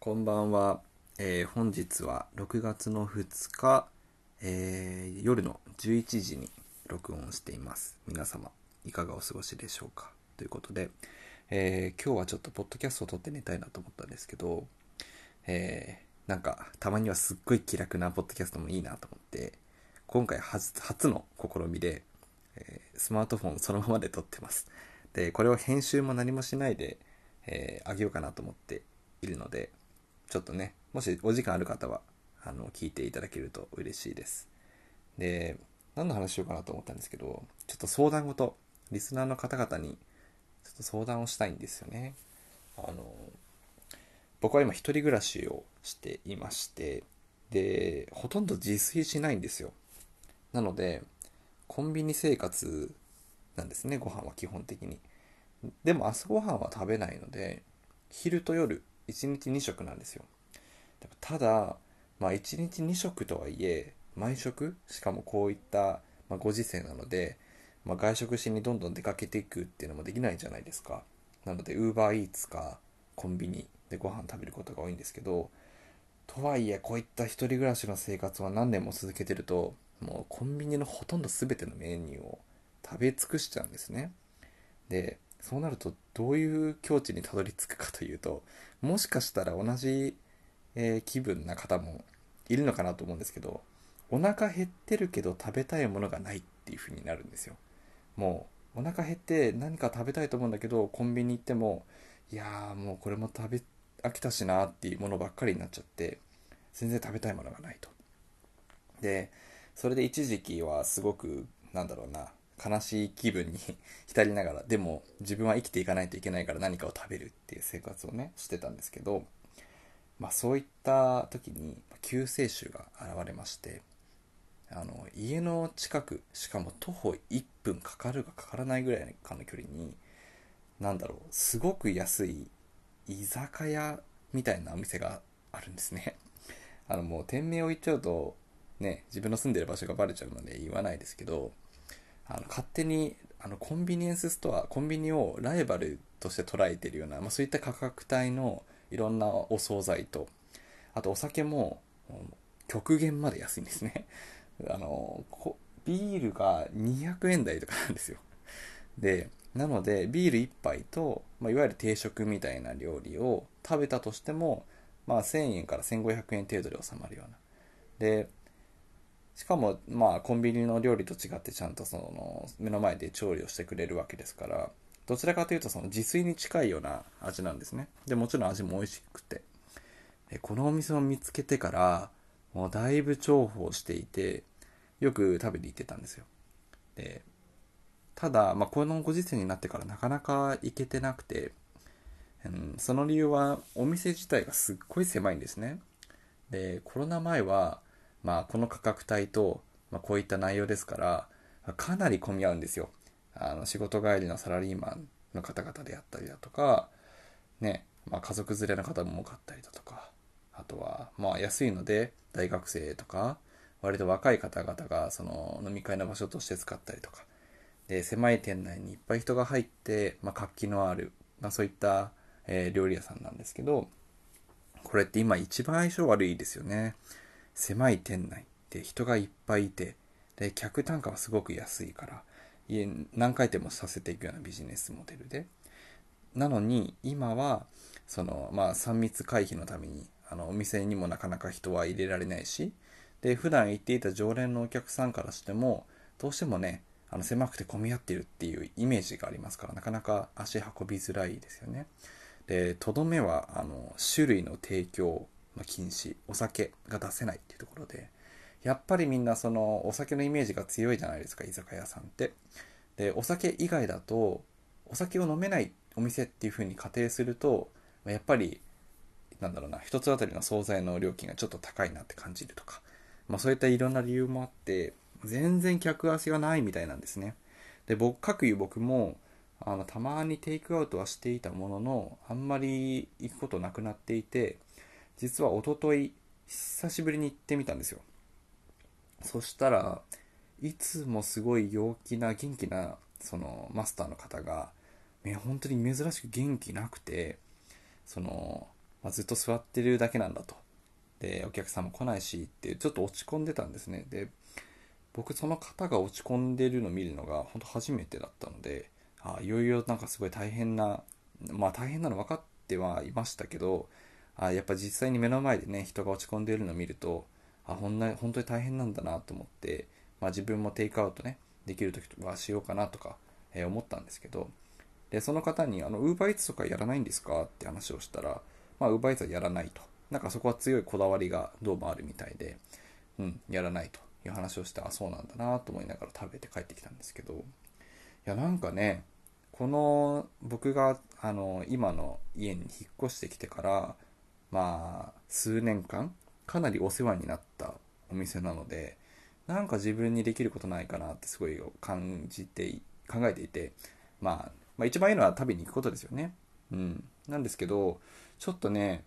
こんばんは。本日は6月の2日、夜の11時に録音しています。皆様、いかがお過ごしでしょうかということで、今日はちょっとポッドキャストを撮って寝たいなと思ったんですけど、なんかたまにはすっごい気楽なポッドキャストもいいなと思って、今回初の試みで、スマートフォンそのままで撮ってます。で、これを編集も何もしないで、あげようかなと思っているので、ちょっとね、もしお時間ある方は、聞いていただけると嬉しいです。で、何の話しようかなと思ったんですけど、ちょっと相談事、リスナーの方々に、ちょっと相談をしたいんですよね。あの、僕は今一人暮らしをしていまして、で、ほとんど自炊しないんですよ。なので、コンビニ生活なんですね、ご飯は基本的に。でも朝ごはんは食べないので、昼と夜、1日2食なんですよ。ただ、1日2食とはいえ、毎食、しかもこういった、ご時世なので、外食しにどんどん出かけていくっていうのもできないじゃないですか。なので、ウーバーイーツかコンビニでご飯食べることが多いんですけど、とはいえ、こういった一人暮らしの生活は何年も続けてると、もうコンビニのほとんど全てのメニューを食べ尽くしちゃうんですね。で、そうなるとどういう境地にたどり着くかというと、もしかしたら同じ気分な方もいるのかなと思うんですけど、お腹減ってるけど食べたいものがないっていう風になるんですよ。もうお腹減って何か食べたいと思うんだけど、コンビニ行っても、いやーもうこれも食べ飽きたしなっていうものばっかりになっちゃって、全然食べたいものがないと。で、それで一時期はすごく、なんだろうな、悲しい気分に浸りながら、でも自分は生きていかないといけないから何かを食べるっていう生活をね、してたんですけど、そういった時に救世主が現れまして、家の近く、しかも徒歩1分かかるかかからないぐらいかの距離に、すごく安い居酒屋みたいなお店があるんですね。もう店名を言っちゃうとね、自分の住んでる場所がバレちゃうので言わないですけど、勝手にコンビニエンスストア、コンビニをライバルとして捉えているような、そういった価格帯のいろんなお惣菜と、あとお酒も極限まで安いんですね。あのビールが200円台とかなんですよ。で、なのでビール1杯と、いわゆる定食みたいな料理を食べたとしても、1000円から1500円程度で収まるような。で、しかもコンビニの料理と違ってちゃんとその目の前で調理をしてくれるわけですから、どちらかというとその自炊に近いような味なんですね。で、もちろん味も美味しくて、でこのお店を見つけてからもうだいぶ重宝していて、よく食べに行ってたんですよ。で、ただ、このご時世になってからなかなか行けてなくて、その理由はお店自体がすっごい狭いんですね。で、コロナ前は、この価格帯と、こういった内容ですから、かなり混み合うんですよ。仕事帰りのサラリーマンの方々であったりだとか、ね、家族連れの方も多かったりだとか、あとは、安いので、大学生とか、割と若い方々が、その飲み会の場所として使ったりとか、で、狭い店内にいっぱい人が入って、活気のある、そういった、料理屋さんなんですけど、これって今一番相性悪いですよね。狭い店内で人がいっぱいいて、で、客単価はすごく安いから、何回転もさせていくようなビジネスモデルで。なのに、今は、3密回避のために、お店にもなかなか人は入れられないし、で、普段行っていた常連のお客さんからしても、どうしてもね、狭くて混み合ってるっていうイメージがありますから、なかなか足運びづらいですよね。で、とどめは、種類の提供の禁止、お酒が出せないっていうところで、やっぱりみんなそのお酒のイメージが強いじゃないですか、居酒屋さんって。で、お酒以外だと、お酒を飲めないお店っていう風に仮定すると、やっぱり、一つあたりの惣菜の料金がちょっと高いなって感じるとか、そういったいろんな理由もあって、全然客足がないみたいなんですね。で、僕も、たまにテイクアウトはしていたものの、あんまり行くことなくなっていて、実は一昨日久しぶりに行ってみたんですよ。そしたら、いつもすごい陽気な元気なそのマスターの方が、本当に珍しく元気なくて、そのずっと座ってるだけなんだと。で、お客さんも来ないしってちょっと落ち込んでたんですね。で、僕その方が落ち込んでるのを見るのが本当初めてだったので、いよいよなんかすごい大変な、大変なの分かってはいましたけど、やっぱ実際に目の前でね、人が落ち込んでいるのを見ると、本当に大変なんだなと思って、自分もテイクアウトね、できるときはしようかなとか、思ったんですけど、で、その方に、ウーバーイーツとかやらないんですかって話をしたら、ウーバーイーツはやらないと。なんかそこは強いこだわりがどうもあるみたいで、やらないという話をして、そうなんだなと思いながら食べて帰ってきたんですけど、いや、なんかね、この、僕が、今の家に引っ越してきてから、数年間、かなりお世話になったお店なので、なんか自分にできることないかなってすごい考えていて、一番いいのは食べに行くことですよね。なんですけど、ちょっとね、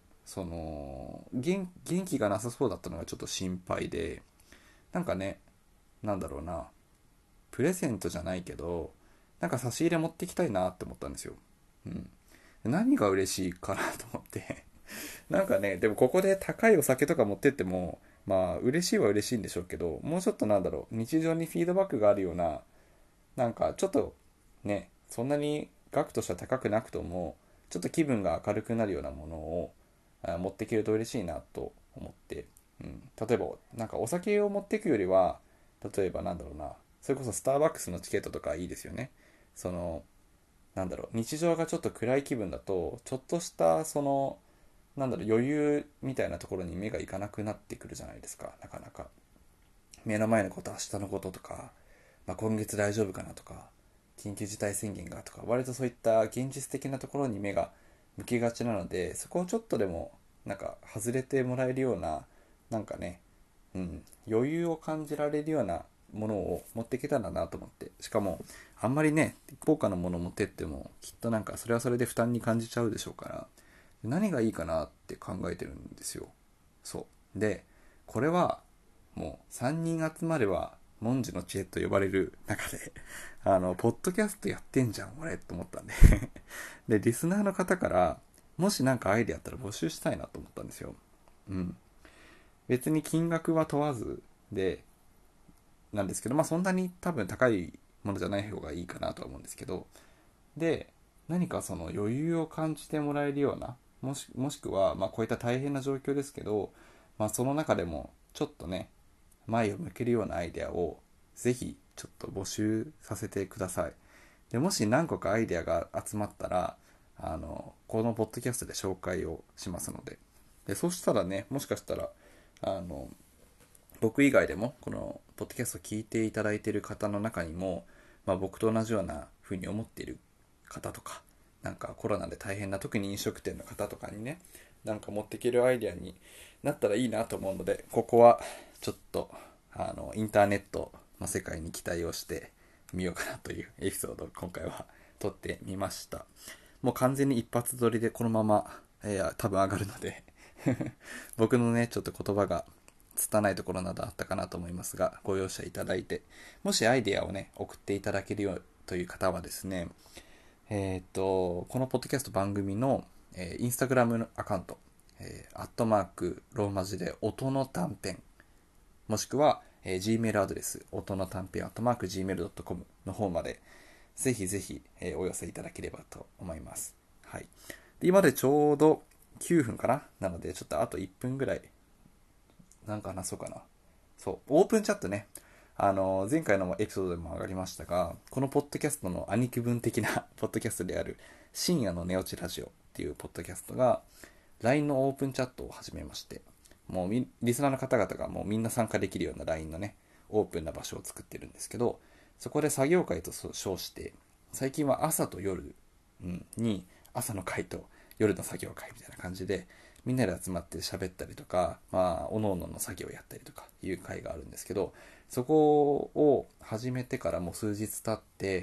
元気がなさそうだったのがちょっと心配で、なんかね、なんだろうな、プレゼントじゃないけど、なんか差し入れ持ってきたいなって思ったんですよ。うん。何が嬉しいかなと思ってなんかね、でもここで高いお酒とか持ってっても、嬉しいは嬉しいんでしょうけど、もうちょっと日常にフィードバックがあるような、なんかちょっとね、そんなに額としては高くなくとも、ちょっと気分が明るくなるようなものを持っていけると嬉しいなと思って、例えばなんかお酒を持っていくよりは、例えばそれこそスターバックスのチケットとかいいですよね。その、日常がちょっと暗い気分だと、ちょっとした余裕みたいなところに目がいかなくなってくるじゃないですか、なかなか。目の前のこと、明日のこととか、今月大丈夫かなとか、緊急事態宣言がとか、割とそういった現実的なところに目が向きがちなので、そこをちょっとでも、外れてもらえるような、なんかね、余裕を感じられるようなものを持っていけたらなと思って。しかも、あんまりね、高価なものを持ってっても、きっとそれはそれで負担に感じちゃうでしょうから、何がいいかなって考えてるんですよ。そう。で、これは、もう3人集まれば文字の知恵と呼ばれる中で、ポッドキャストやってんじゃん、俺、と思ったんでで、リスナーの方から、もしなんかアイディアあったら募集したいなと思ったんですよ。うん。別に金額は問わずで、なんですけど、そんなに多分高いものじゃない方がいいかなとは思うんですけど、で、何かその余裕を感じてもらえるような、もしくは、こういった大変な状況ですけど、その中でもちょっとね、前を向けるようなアイデアをぜひちょっと募集させてください。で、もし何個かアイデアが集まったら、このポッドキャストで紹介をしますので。で、そうしたらね、もしかしたら、あの、僕以外でも、このポッドキャストを聞いていただいている方の中にも、僕と同じような風に思っている方とか、なんかコロナで大変な、特に飲食店の方とかにね、なんか持っていけるアイデアになったらいいなと思うので、ここはちょっと、インターネットの世界に期待をしてみようかなというエピソードを今回は撮ってみました。もう完全に一発撮りでこのまま、多分上がるので僕のね、ちょっと言葉が拙いところなどあったかなと思いますが、ご容赦いただいて、もしアイデアをね、送っていただけるよという方はですね、このポッドキャスト番組の、インスタグラムのアカウント、アットマーク、ローマ字で音の短編、もしくは、Gmail アドレス、音の短編、アットマーク、gmail.com の方まで、ぜひぜひ、お寄せいただければと思います。はい。で、今でちょうど9分かななので、ちょっとあと1分ぐらい、なんか話そうかな。そう、オープンチャットね。前回のエピソードでも上がりましたが、このポッドキャストの兄貴分的なポッドキャストである、深夜の寝落ちラジオっていうポッドキャストが、LINE のオープンチャットを始めまして、もうリスナーの方々がもうみんな参加できるような LINE のね、オープンな場所を作ってるんですけど、そこで作業会と称して、最近は朝と夜、に、朝の会と夜の作業会みたいな感じで、みんなで集まって喋ったりとか、おのおのの作業をやったりとかいう会があるんですけど、そこを始めてからもう数日経って、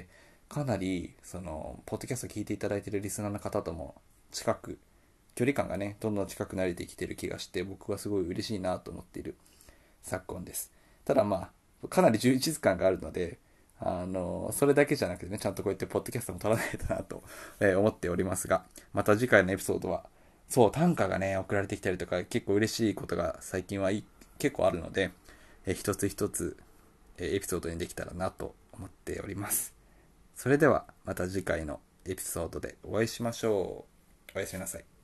かなり、ポッドキャスト聞いていただいているリスナーの方とも近く、距離感がね、どんどん近くなれてきてる気がして、僕はすごい嬉しいなと思っている昨今です。ただかなり充実感があるので、それだけじゃなくてね、ちゃんとこうやってポッドキャストも撮らないとなと、思っておりますが、また次回のエピソードは、 そう、短歌がね、送られてきたりとか、結構嬉しいことが最近は結構あるので、一つ一つ、エピソードにできたらなと思っております。それでは、また次回のエピソードでお会いしましょう。おやすみなさい。